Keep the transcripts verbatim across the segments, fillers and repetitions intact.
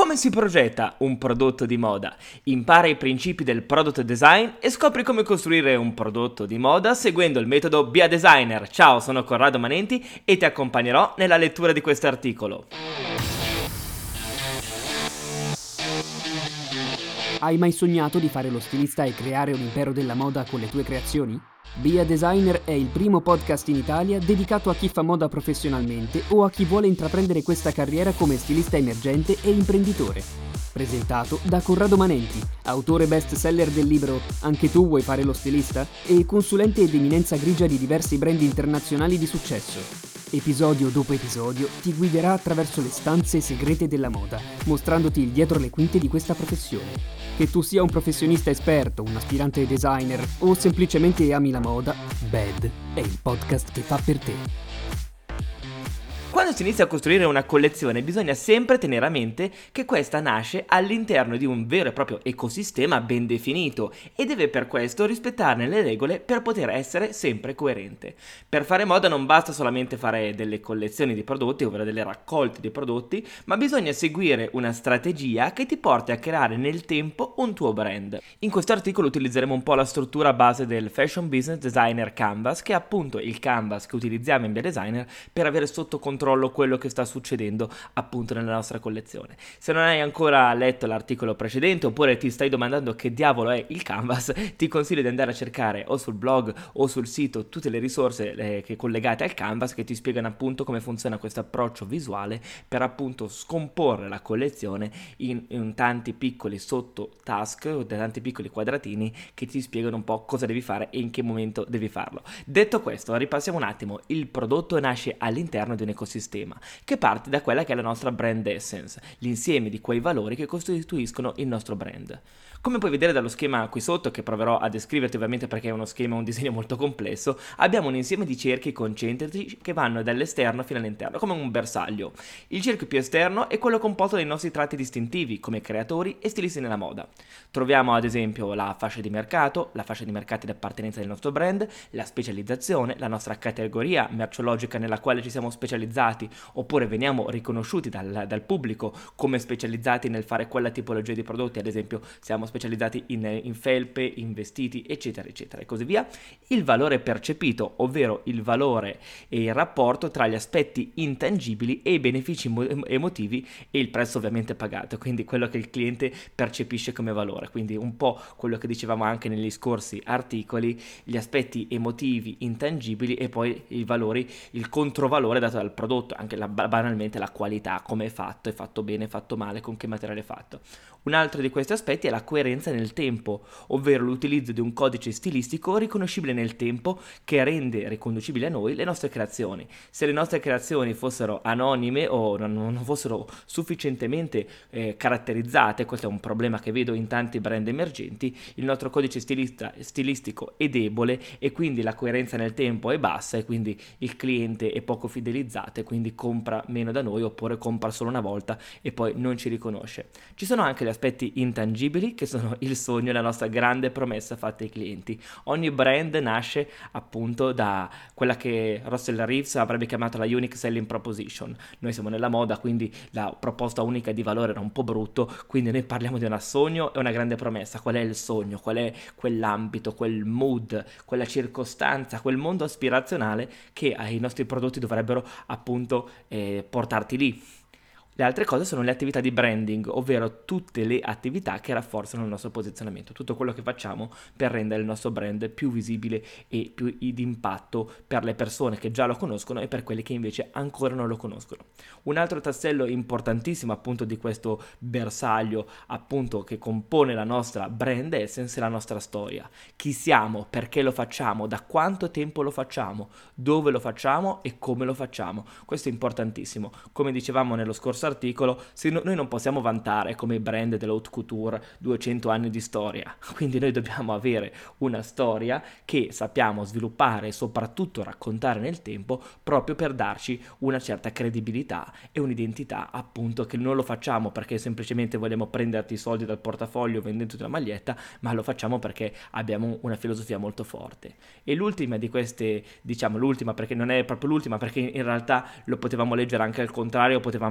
Come si progetta un prodotto di moda? Impara i principi del product design e scopri come costruire un prodotto di moda seguendo il metodo Be a Designer. Ciao, sono Corrado Manenti e ti accompagnerò nella lettura di questo articolo. Hai mai sognato di fare lo stilista e creare un impero della moda con le tue creazioni? Be a Designer è il primo podcast in Italia dedicato a chi fa moda professionalmente o a chi vuole intraprendere questa carriera come stilista emergente e imprenditore. Presentato da Corrado Manenti, autore best seller del libro Anche tu vuoi fare lo stilista? E consulente ed eminenza grigia di diversi brand internazionali di successo. Episodio dopo episodio ti guiderà attraverso le stanze segrete della moda, mostrandoti il dietro le quinte di questa professione. Che tu sia un professionista esperto, un aspirante designer o semplicemente ami la moda, Bad è il podcast che fa per te. Quando si inizia a costruire una collezione bisogna sempre tenere a mente che questa nasce all'interno di un vero e proprio ecosistema ben definito e deve per questo rispettarne le regole per poter essere sempre coerente. Per fare moda non basta solamente fare delle collezioni di prodotti, ovvero delle raccolte di prodotti, ma bisogna seguire una strategia che ti porti a creare nel tempo un tuo brand. In questo articolo utilizzeremo un po' la struttura base del Fashion Business Designer Canvas, che è appunto il canvas che utilizziamo in Be a Designer per avere sotto controllo quello che sta succedendo appunto nella nostra collezione. Se non hai ancora letto l'articolo precedente oppure ti stai domandando che diavolo è il canvas, ti consiglio di andare a cercare o sul blog o sul sito tutte le risorse eh, che collegate al canvas che ti spiegano appunto come funziona questo approccio visuale per appunto scomporre la collezione in, in tanti piccoli sottotask o tanti piccoli quadratini che ti spiegano un po' cosa devi fare e in che momento devi farlo. Detto questo, ripassiamo un attimo. Il prodotto nasce all'interno di un ecosistema che parte da quella che è la nostra brand essence, l'insieme di quei valori che costituiscono il nostro brand. Come puoi vedere dallo schema qui sotto, che proverò a descriverti ovviamente perché è uno schema, un disegno molto complesso, abbiamo un insieme di cerchi concentrici che vanno dall'esterno fino all'interno, come un bersaglio. Il cerchio più esterno è quello composto dai nostri tratti distintivi come creatori e stilisti nella moda. Troviamo ad esempio la fascia di mercato, la fascia di mercato di appartenenza del nostro brand, la specializzazione, la nostra categoria merceologica nella quale ci siamo specializzati oppure veniamo riconosciuti dal, dal pubblico come specializzati nel fare quella tipologia di prodotti, ad esempio siamo specializzati in, in felpe, in vestiti, eccetera, eccetera, e così via. Il valore percepito, ovvero il valore e il rapporto tra gli aspetti intangibili e i benefici mo- emotivi e il prezzo ovviamente pagato, quindi quello che il cliente percepisce come valore, quindi un po' quello che dicevamo anche negli scorsi articoli, gli aspetti emotivi intangibili e poi i valori, il controvalore dato dal prodotto, anche la, banalmente la qualità, come è fatto, è fatto bene, è fatto male, con che materiale è fatto. Un altro di questi aspetti è la coerenza nel tempo, ovvero l'utilizzo di un codice stilistico riconoscibile nel tempo che rende riconducibili a noi le nostre creazioni. Se le nostre creazioni fossero anonime o non, non fossero sufficientemente eh, caratterizzate, questo è un problema che vedo in tanti brand emergenti, il nostro codice stilista, stilistico è debole e quindi la coerenza nel tempo è bassa e quindi il cliente è poco fidelizzato e quindi compra meno da noi oppure compra solo una volta e poi non ci riconosce. Ci sono anche gli aspetti intangibili che sono il sogno e la nostra grande promessa fatta ai clienti. Ogni brand nasce appunto da quella che Russell Reeves avrebbe chiamato la Unique Selling Proposition. Noi siamo nella moda, quindi la proposta unica di valore era un po' brutto, quindi noi parliamo di un sogno e una grande promessa. Qual è il sogno? Qual è quell'ambito, quel mood, quella circostanza, quel mondo aspirazionale che ai nostri prodotti dovrebbero appunto eh, portarti lì. Le altre cose sono le attività di branding, ovvero tutte le attività che rafforzano il nostro posizionamento, tutto quello che facciamo per rendere il nostro brand più visibile e più di impatto per le persone che già lo conoscono e per quelle che invece ancora non lo conoscono. Un altro tassello importantissimo appunto di questo bersaglio appunto che compone la nostra brand essence è la nostra storia. Chi siamo, perché lo facciamo, da quanto tempo lo facciamo, dove lo facciamo e come lo facciamo. Questo è importantissimo. Come dicevamo nello scorso articolo, se no, noi non possiamo vantare come brand dell'haute couture duecento anni di storia, quindi noi dobbiamo avere una storia che sappiamo sviluppare e soprattutto raccontare nel tempo proprio per darci una certa credibilità e un'identità, appunto, che non lo facciamo perché semplicemente vogliamo prenderti i soldi dal portafoglio vendendo una maglietta, ma lo facciamo perché abbiamo una filosofia molto forte. E l'ultima di queste, diciamo l'ultima perché non è proprio l'ultima, perché in realtà lo potevamo leggere anche al contrario, potevamo perdere,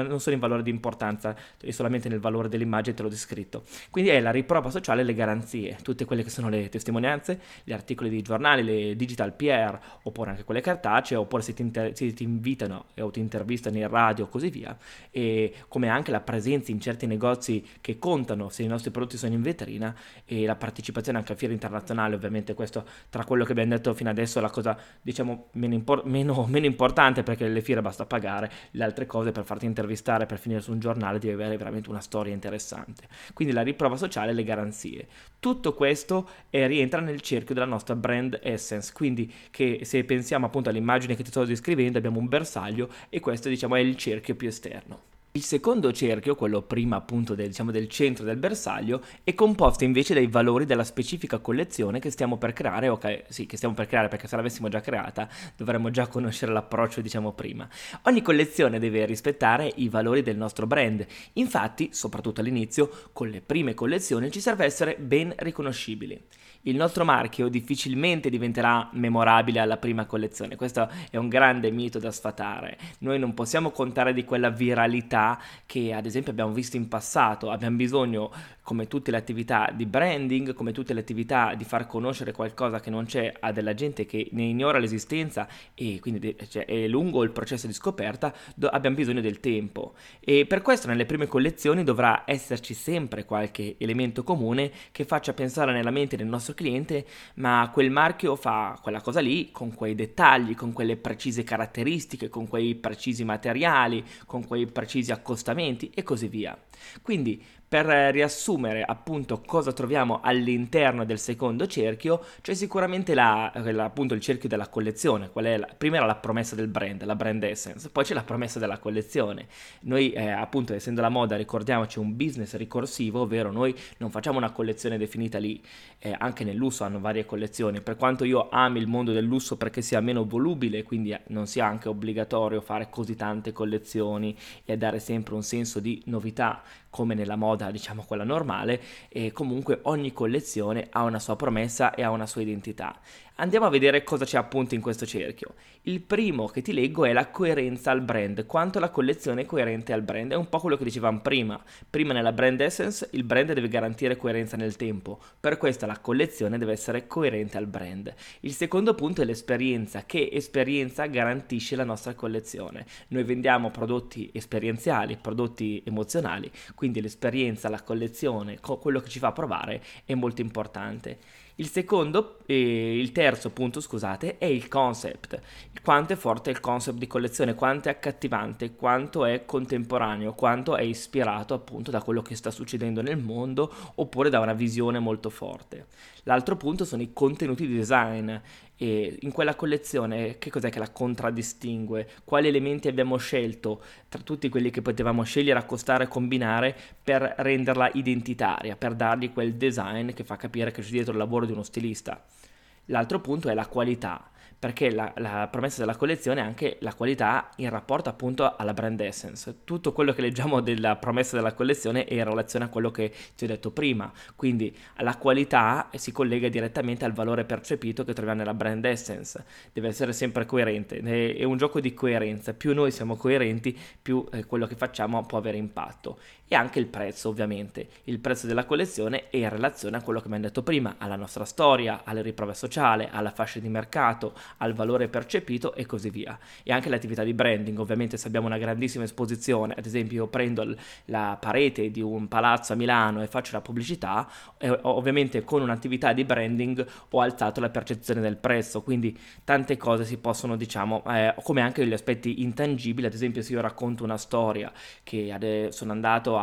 non sono in valore di importanza, è solamente nel valore dell'immagine te l'ho descritto. Quindi è la riprova sociale e le garanzie, tutte quelle che sono le testimonianze, gli articoli di giornali, le digital P R, oppure anche quelle cartacee, oppure se ti, inter- se ti invitano o ti intervistano in radio, così via, e come anche la presenza in certi negozi che contano se i nostri prodotti sono in vetrina, e la partecipazione anche a fiere internazionali. Ovviamente questo, tra quello che abbiamo detto fino adesso, è la cosa diciamo meno, impor- meno, meno importante, perché le fiere basta pagare, le altre cose per farti intervistare, per finire su un giornale devi avere veramente una storia interessante. Quindi la riprova sociale e le garanzie, tutto questo eh, rientra nel cerchio della nostra brand essence. Quindi che se pensiamo appunto all'immagine che ti sto descrivendo, abbiamo un bersaglio e questo diciamo è il cerchio più esterno. Il secondo cerchio, quello prima appunto del, diciamo, del centro del bersaglio, è composto invece dai valori della specifica collezione che stiamo per creare, o che, sì, che stiamo per creare, perché se l'avessimo già creata dovremmo già conoscere l'approccio diciamo prima. Ogni collezione deve rispettare i valori del nostro brand, infatti, soprattutto all'inizio, con le prime collezioni ci serve essere ben riconoscibili. Il nostro marchio difficilmente diventerà memorabile alla prima collezione, questo è un grande mito da sfatare. Noi non possiamo contare di quella viralità che ad esempio abbiamo visto in passato. Abbiamo bisogno, come tutte le attività di branding, come tutte le attività di far conoscere qualcosa che non c'è a della gente che ne ignora l'esistenza, e quindi cioè, è lungo il processo di scoperta, do- abbiamo bisogno del tempo, e per questo nelle prime collezioni dovrà esserci sempre qualche elemento comune che faccia pensare nella mente del nostro cliente: ma quel marchio fa quella cosa lì con quei dettagli, con quelle precise caratteristiche, con quei precisi materiali, con quei precisi accostamenti e così via. Quindi, per riassumere appunto cosa troviamo all'interno del secondo cerchio, c'è sicuramente la, la, appunto il cerchio della collezione. Qual è la, prima era la promessa del brand, la brand essence, poi c'è la promessa della collezione. Noi eh, appunto, essendo la moda, ricordiamoci, un business ricorsivo, ovvero noi non facciamo una collezione definita lì. Eh, anche nel lusso hanno varie collezioni, per quanto io ami il mondo del lusso perché sia meno volubile, quindi non sia anche obbligatorio fare così tante collezioni e dare sempre un senso di novità come nella moda diciamo quella normale, e comunque ogni collezione ha una sua promessa e ha una sua identità. Andiamo a vedere cosa c'è appunto in questo cerchio. Il primo che ti leggo è la coerenza al brand, quanto la collezione è coerente al brand. È un po' quello che dicevamo prima. Prima nella brand essence il brand deve garantire coerenza nel tempo, per questo la collezione deve essere coerente al brand. Il secondo punto è l'esperienza. Che esperienza garantisce la nostra collezione? Noi vendiamo prodotti esperienziali, prodotti emozionali, quindi l'esperienza, la collezione, quello che ci fa provare è molto importante. Il secondo, eh, il terzo punto, scusate, è il concept. Quanto è forte il concept di collezione, quanto è accattivante, quanto è contemporaneo, quanto è ispirato appunto da quello che sta succedendo nel mondo, oppure da una visione molto forte. L'altro punto sono i contenuti di design. E in quella collezione che cos'è che la contraddistingue? Quali elementi abbiamo scelto tra tutti quelli che potevamo scegliere, accostare e combinare per renderla identitaria, per dargli quel design che fa capire che c'è dietro il lavoro di uno stilista. L'altro punto è la qualità, perché la, la promessa della collezione è anche la qualità in rapporto appunto alla brand essence. Tutto quello che leggiamo della promessa della collezione è in relazione a quello che ti ho detto prima, quindi la qualità si collega direttamente al valore percepito che troviamo nella brand essence. Deve essere sempre coerente, è un gioco di coerenza. Più noi siamo coerenti, più eh, quello che facciamo può avere impatto. E anche il prezzo, ovviamente. Il prezzo della collezione è in relazione a quello che abbiamo detto prima, alla nostra storia, alle riprove sociali, alla fascia di mercato, al valore percepito e così via. E anche l'attività di branding. Ovviamente se abbiamo una grandissima esposizione, ad esempio io prendo l- la parete di un palazzo a Milano e faccio la pubblicità, eh, ovviamente con un'attività di branding ho alzato la percezione del prezzo, quindi tante cose si possono, diciamo, eh, come anche gli aspetti intangibili. Ad esempio se io racconto una storia che ade- sono andato a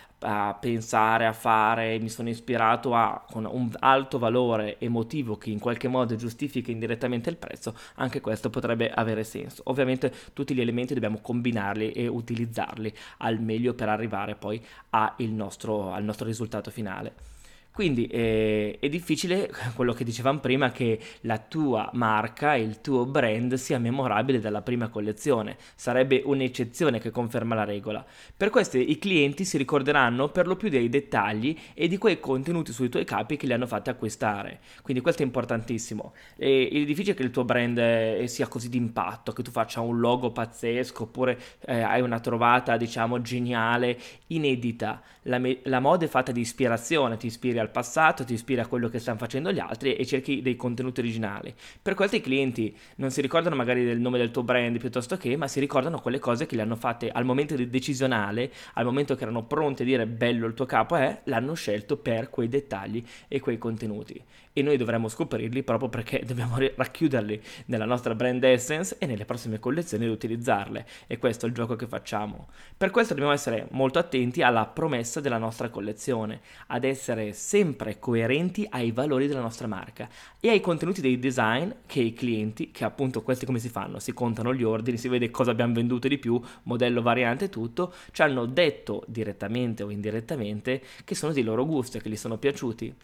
a pensare, a fare, mi sono ispirato a con un alto valore emotivo che in qualche modo giustifica indirettamente il prezzo, anche questo potrebbe avere senso. Ovviamente tutti gli elementi dobbiamo combinarli e utilizzarli al meglio per arrivare poi a il nostro, al nostro risultato finale. Quindi eh, è difficile, quello che dicevamo prima, che la tua marca, il tuo brand sia memorabile dalla prima collezione. Sarebbe un'eccezione che conferma la regola. Per questo i clienti si ricorderanno per lo più dei dettagli e di quei contenuti sui tuoi capi che li hanno fatti acquistare. Quindi questo è importantissimo. E è difficile che il tuo brand eh, sia così d'impatto, che tu faccia un logo pazzesco oppure eh, hai una trovata, diciamo, geniale, inedita. La, me- la moda è fatta di ispirazione, ti ispiri al passato, ti ispiri a quello che stanno facendo gli altri e cerchi dei contenuti originali. Per questo i clienti non si ricordano magari del nome del tuo brand piuttosto che, ma si ricordano quelle cose che le hanno fatte al momento di- decisionale, al momento che erano pronti a dire bello il tuo capo è, l'hanno scelto per quei dettagli e quei contenuti. E noi dovremmo scoprirli proprio perché dobbiamo ri- racchiuderli nella nostra brand essence e nelle prossime collezioni riutilizzarle. E questo è il gioco che facciamo. Per questo dobbiamo essere molto attenti alla promessa della nostra collezione, ad essere sempre coerenti ai valori della nostra marca e ai contenuti dei design che i clienti, che appunto questi come si fanno? Si contano gli ordini, si vede cosa abbiamo venduto di più, modello, variante, tutto, ci hanno detto direttamente o indirettamente che sono dei loro gusti e che gli sono piaciuti.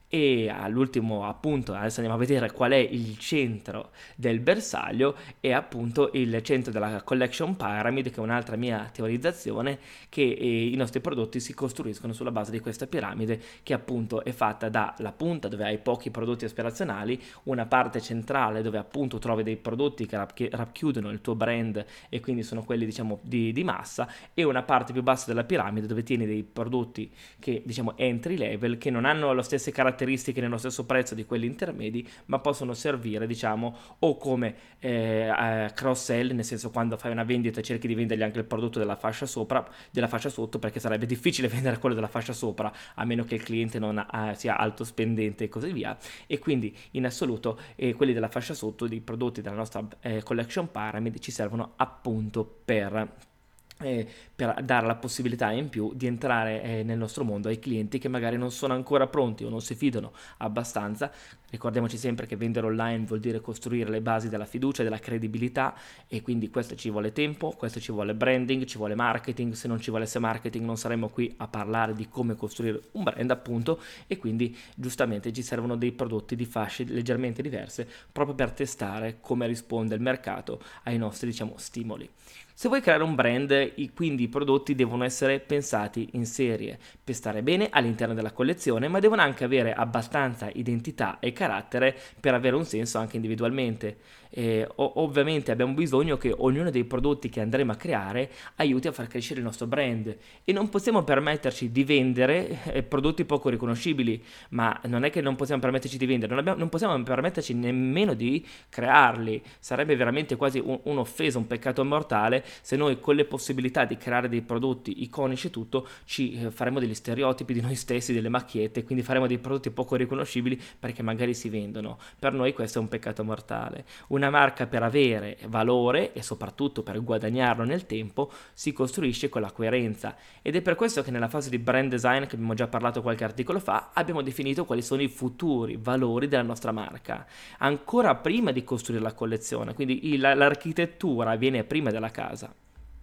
E all'ultimo appunto, adesso andiamo a vedere qual è il centro del bersaglio, è appunto il centro della Collection Pyramid, che è un'altra mia teorizzazione, che eh, i nostri prodotti si costruiscono sulla base di questa piramide, che appunto è fatta dalla punta dove hai pochi prodotti aspirazionali, una parte centrale dove appunto trovi dei prodotti che, rap- che racchiudono il tuo brand e quindi sono quelli diciamo di, di massa, e una parte più bassa della piramide dove tieni dei prodotti che diciamo entry level, che non hanno le stesse caratteristiche nello stesso prezzo di quelli intermedi, ma possono servire diciamo o come eh, cross sell, nel senso quando fai una vendita cerchi di vendergli anche il prodotto della fascia sopra, della fascia sotto, perché sarebbe difficile vendere quello della fascia sopra a meno che il cliente non ha, sia alto spendente e così via, e quindi in assoluto eh, quelli della fascia sotto, dei prodotti della nostra eh, collection pyramid, ci servono appunto per Eh, per dare la possibilità in più di entrare eh, nel nostro mondo ai clienti che magari non sono ancora pronti o non si fidano abbastanza. Ricordiamoci sempre che vendere online vuol dire costruire le basi della fiducia e della credibilità, e quindi questo ci vuole tempo, questo ci vuole branding, ci vuole marketing. Se non ci volesse marketing non saremmo qui a parlare di come costruire un brand appunto, e quindi giustamente ci servono dei prodotti di fasce leggermente diverse proprio per testare come risponde il mercato ai nostri diciamo stimoli. Se vuoi creare un brand, i, quindi i prodotti devono essere pensati in serie per stare bene all'interno della collezione, ma devono anche avere abbastanza identità e carattere per avere un senso anche individualmente. Eh, ov- ovviamente abbiamo bisogno che ognuno dei prodotti che andremo a creare aiuti a far crescere il nostro brand, e non possiamo permetterci di vendere eh, prodotti poco riconoscibili, ma non è che non possiamo permetterci di vendere, non, abbiamo, non possiamo permetterci nemmeno di crearli. Sarebbe veramente quasi un, un'offesa, un peccato mortale se noi con le possibilità di creare dei prodotti iconici e tutto ci eh, faremo degli stereotipi di noi stessi, delle macchiette, quindi faremo dei prodotti poco riconoscibili perché magari si vendono. Per noi questo è un peccato mortale. Una marca, per avere valore e soprattutto per guadagnarlo nel tempo, si costruisce con la coerenza, ed è per questo che nella fase di brand design, che abbiamo già parlato qualche articolo fa, abbiamo definito quali sono i futuri valori della nostra marca ancora prima di costruire la collezione, quindi il, l'architettura viene prima della casa.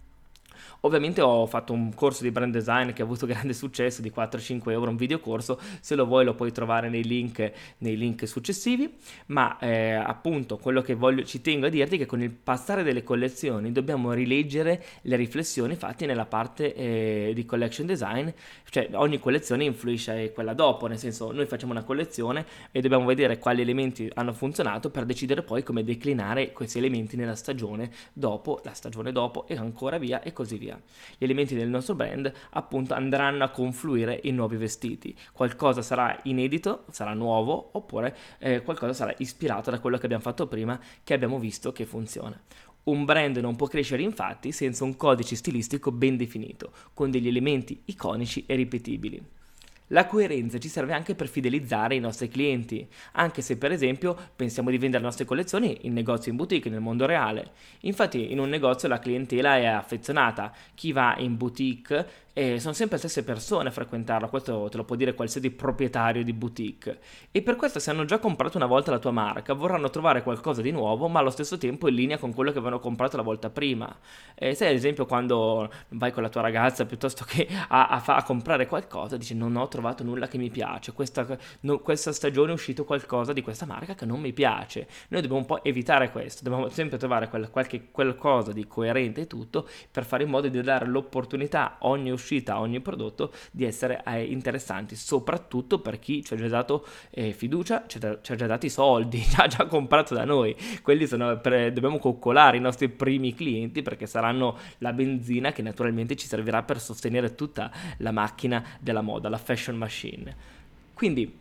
Ovviamente ho fatto un corso di brand design che ha avuto grande successo, di quattro cinque euro, un videocorso. Se lo vuoi lo puoi trovare nei link, nei link successivi, ma eh, appunto quello che voglio, ci tengo a dirti è che con il passare delle collezioni dobbiamo rileggere le riflessioni fatte nella parte eh, di collection design, cioè ogni collezione influisce a quella dopo, nel senso noi facciamo una collezione e dobbiamo vedere quali elementi hanno funzionato per decidere poi come declinare questi elementi nella stagione dopo, la stagione dopo e ancora via e così via. Gli elementi del nostro brand appunto andranno a confluire in nuovi vestiti, qualcosa sarà inedito, sarà nuovo, oppure eh, qualcosa sarà ispirato da quello che abbiamo fatto prima, che abbiamo visto che funziona. Un brand non può crescere infatti senza un codice stilistico ben definito, con degli elementi iconici e ripetibili. La coerenza ci serve anche per fidelizzare i nostri clienti, anche se per esempio pensiamo di vendere le nostre collezioni in negozi, in boutique, nel mondo reale. Infatti in un negozio la clientela è affezionata, chi va in boutique eh, sono sempre le stesse persone a frequentarla, questo te lo può dire qualsiasi proprietario di boutique, e per questo se hanno già comprato una volta la tua marca vorranno trovare qualcosa di nuovo ma allo stesso tempo in linea con quello che avevano comprato la volta prima. Eh, sai ad esempio quando vai con la tua ragazza piuttosto che a, a, fa, a comprare qualcosa, dici non ho trovato trovato nulla che mi piace, questa, no, questa stagione è uscito qualcosa di questa marca che non mi piace. Noi dobbiamo un po' evitare questo, dobbiamo sempre trovare quel, qualche qualcosa di coerente e tutto, per fare in modo di dare l'opportunità a ogni uscita, a ogni prodotto, di essere eh, interessanti, soprattutto per chi ci ha già dato eh, fiducia, ci ha, ci ha già dato i soldi, ci ha già comprato da noi. Quelli sono per, dobbiamo coccolare i nostri primi clienti, perché saranno la benzina che naturalmente ci servirà per sostenere tutta la macchina della moda, la fashion machine. Quindi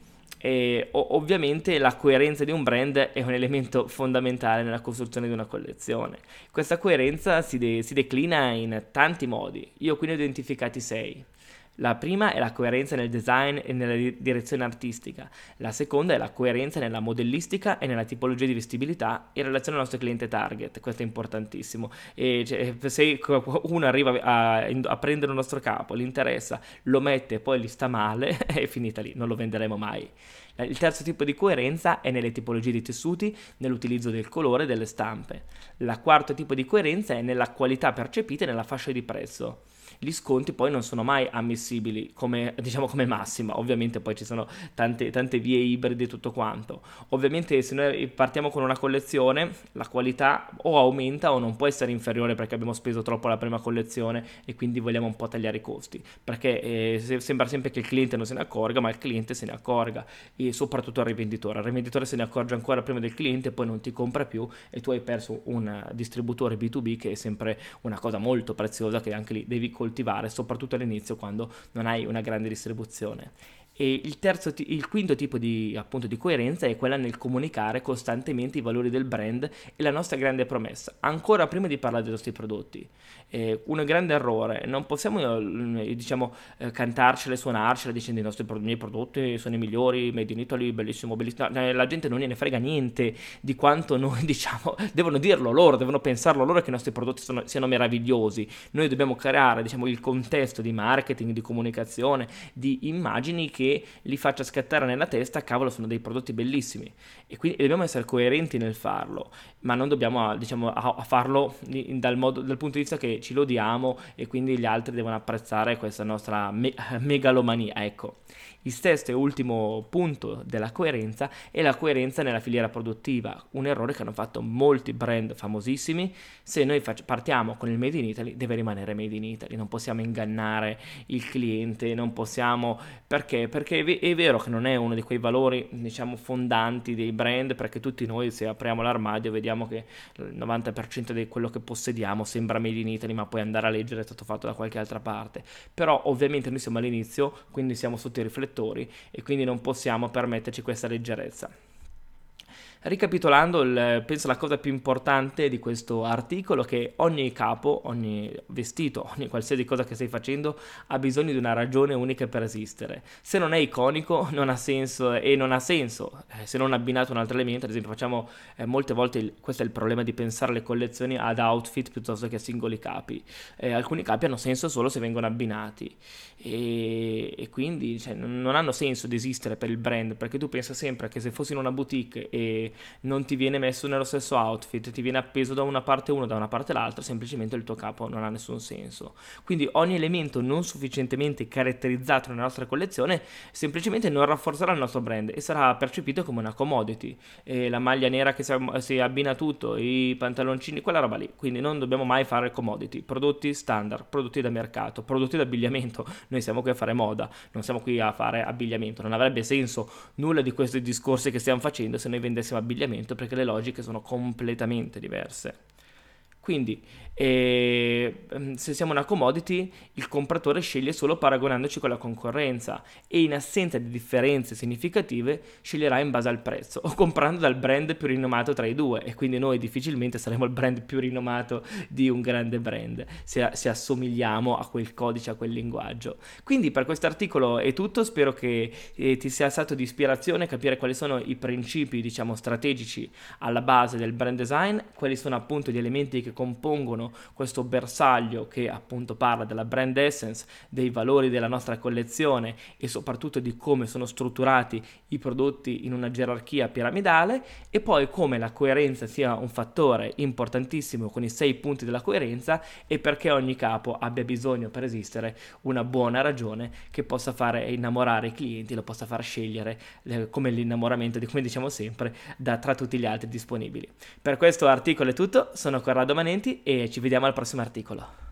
E ovviamente la coerenza di un brand è un elemento fondamentale nella costruzione di una collezione. Questa coerenza si, de- si declina in tanti modi. Io qui ne ho identificati sei. La prima è la coerenza nel design e nella di- direzione artistica. La seconda è la coerenza nella modellistica e nella tipologia di vestibilità in relazione al nostro cliente target. Questo è importantissimo. E cioè, se uno arriva a, a prendere un nostro capo, gli interessa, lo mette e poi gli sta male, è finita lì, non lo venderemo mai. Il terzo tipo di coerenza è nelle tipologie di tessuti, nell'utilizzo del colore e delle stampe. Il quarto tipo di coerenza è nella qualità percepita e nella fascia di prezzo. Gli sconti poi non sono mai ammissibili come, diciamo, come massima, ovviamente poi ci sono tante, tante vie ibride e tutto quanto. Ovviamente se noi partiamo con una collezione, la qualità o aumenta o non può essere inferiore perché abbiamo speso troppo la prima collezione e quindi vogliamo un po' tagliare i costi, perché eh, sembra sempre che il cliente non se ne accorga, ma il cliente se ne accorga, e soprattutto il rivenditore. Il rivenditore se ne accorge ancora prima del cliente, poi non ti compra più e tu hai perso un distributore B due B, che è sempre una cosa molto preziosa che anche lì devi coltivare, soprattutto all'inizio quando non hai una grande distribuzione. E il, terzo, il quinto tipo di, appunto, di coerenza è quella nel comunicare costantemente i valori del brand e la nostra grande promessa, ancora prima di parlare dei nostri prodotti. Eh, un grande errore, non possiamo eh, diciamo eh, cantarcele, suonarcele dicendo i nostri i miei prodotti sono i migliori, made in Italy, bellissimo, bellissimo. No, la gente non gliene frega niente di quanto noi diciamo, devono dirlo loro, devono pensarlo loro che i nostri prodotti sono, siano meravigliosi. Noi dobbiamo creare, diciamo, il contesto di marketing, di comunicazione, di immagini che li faccia scattare nella testa, cavolo, sono dei prodotti bellissimi, e quindi dobbiamo essere coerenti nel farlo, ma non dobbiamo, diciamo, a, a farlo dal, modo, dal punto di vista che ci lodiamo e quindi gli altri devono apprezzare questa nostra me- megalomania, ecco. Il sesto e ultimo punto della coerenza è la coerenza nella filiera produttiva, un errore che hanno fatto molti brand famosissimi. Se noi fac- partiamo con il Made in Italy, deve rimanere Made in Italy, non possiamo ingannare il cliente, non possiamo, perché? Perché è, v- è vero che non è uno di quei valori, diciamo, fondanti dei brand, perché tutti noi, se apriamo l'armadio, vediamo che il novanta per cento di quello che possediamo sembra Made in Italy, ma poi andare a leggere è stato fatto da qualche altra parte. Però ovviamente noi siamo all'inizio, quindi siamo sotto i riflettori e quindi non possiamo permetterci questa leggerezza. Ricapitolando, il, penso la cosa più importante di questo articolo è che ogni capo, ogni vestito, ogni qualsiasi cosa che stai facendo ha bisogno di una ragione unica per esistere. Se non è iconico non ha senso, e non ha senso eh, se non abbinato a un altro elemento. Ad esempio facciamo eh, molte volte, il, questo è il problema di pensare le collezioni ad outfit piuttosto che a singoli capi. Eh, alcuni capi hanno senso solo se vengono abbinati e, e quindi cioè, non hanno senso di esistere per il brand, perché tu pensa sempre che se fossi in una boutique e non ti viene messo nello stesso outfit, ti viene appeso da una parte uno, da una parte l'altra, semplicemente il tuo capo non ha nessun senso. Quindi ogni elemento non sufficientemente caratterizzato nella nostra collezione semplicemente non rafforzerà il nostro brand e sarà percepito come una commodity. E la maglia nera che si, si abbina tutto, i pantaloncini, quella roba lì. Quindi non dobbiamo mai fare commodity, prodotti standard, prodotti da mercato, prodotti d'abbigliamento. Noi siamo qui a fare moda, non siamo qui a fare abbigliamento. Non avrebbe senso nulla di questi discorsi che stiamo facendo se noi vendessimo abbigliamento, perché le logiche sono completamente diverse. Quindi eh, se siamo una commodity, il compratore sceglie solo paragonandoci con la concorrenza e in assenza di differenze significative sceglierà in base al prezzo o comprando dal brand più rinomato tra i due, e quindi noi difficilmente saremo il brand più rinomato di un grande brand se, se assomigliamo a quel codice, a quel linguaggio. Quindi per questo articolo è tutto, spero che eh, ti sia stato di ispirazione capire quali sono i principi, diciamo, strategici alla base del brand design, quali sono appunto gli elementi che compongono questo bersaglio che appunto parla della brand essence, dei valori della nostra collezione e soprattutto di come sono strutturati i prodotti in una gerarchia piramidale, e poi come la coerenza sia un fattore importantissimo con i sei punti della coerenza, e perché ogni capo abbia bisogno per esistere una buona ragione che possa fare innamorare i clienti, lo possa far scegliere eh, come l'innamoramento, di come diciamo sempre, da tra tutti gli altri disponibili. Per questo articolo è tutto, sono Corrado Manenti e ci vediamo al prossimo articolo.